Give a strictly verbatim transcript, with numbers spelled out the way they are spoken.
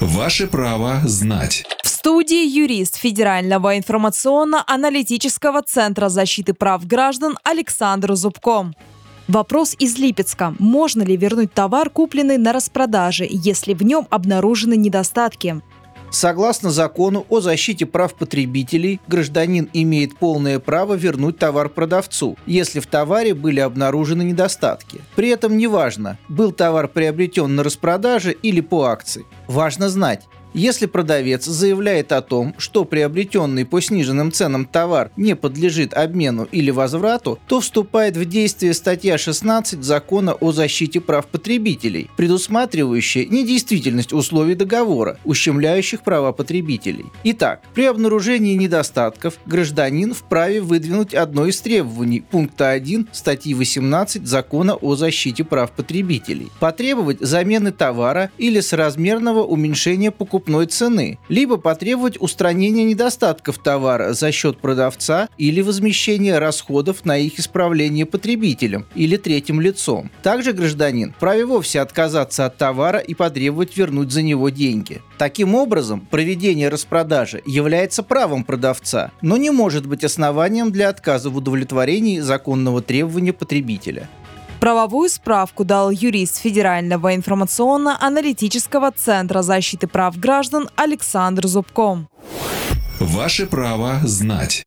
Ваше право знать. В студии юрист Федерального информационно-аналитического центра защиты прав граждан Александр Зубко. Вопрос из Липецка. Можно ли вернуть товар, купленный на распродаже, если в нем обнаружены недостатки? Согласно закону о защите прав потребителей, гражданин имеет полное право вернуть товар продавцу, если в товаре были обнаружены недостатки. При этом неважно, был товар приобретен на распродаже или по акции. Важно знать, если продавец заявляет о том, что приобретенный по сниженным ценам товар не подлежит обмену или возврату, то вступает в действие статья шестнадцать Закона о защите прав потребителей, предусматривающая недействительность условий договора, ущемляющих права потребителей. Итак, при обнаружении недостатков гражданин вправе выдвинуть одно из требований пункта один статьи восемнадцать Закона о защите прав потребителей – потребовать замены товара или соразмерного уменьшения покупательной цены, либо потребовать устранения недостатков товара за счет продавца или возмещения расходов на их исправление потребителям или третьим лицом. Также гражданин вправе вовсе отказаться от товара и потребовать вернуть за него деньги. Таким образом, проведение распродажи является правом продавца, но не может быть основанием для отказа в удовлетворении законного требования потребителя. Правовую справку дал юрист Федерального информационно-аналитического центра защиты прав граждан Александр Зубко. Ваше право знать.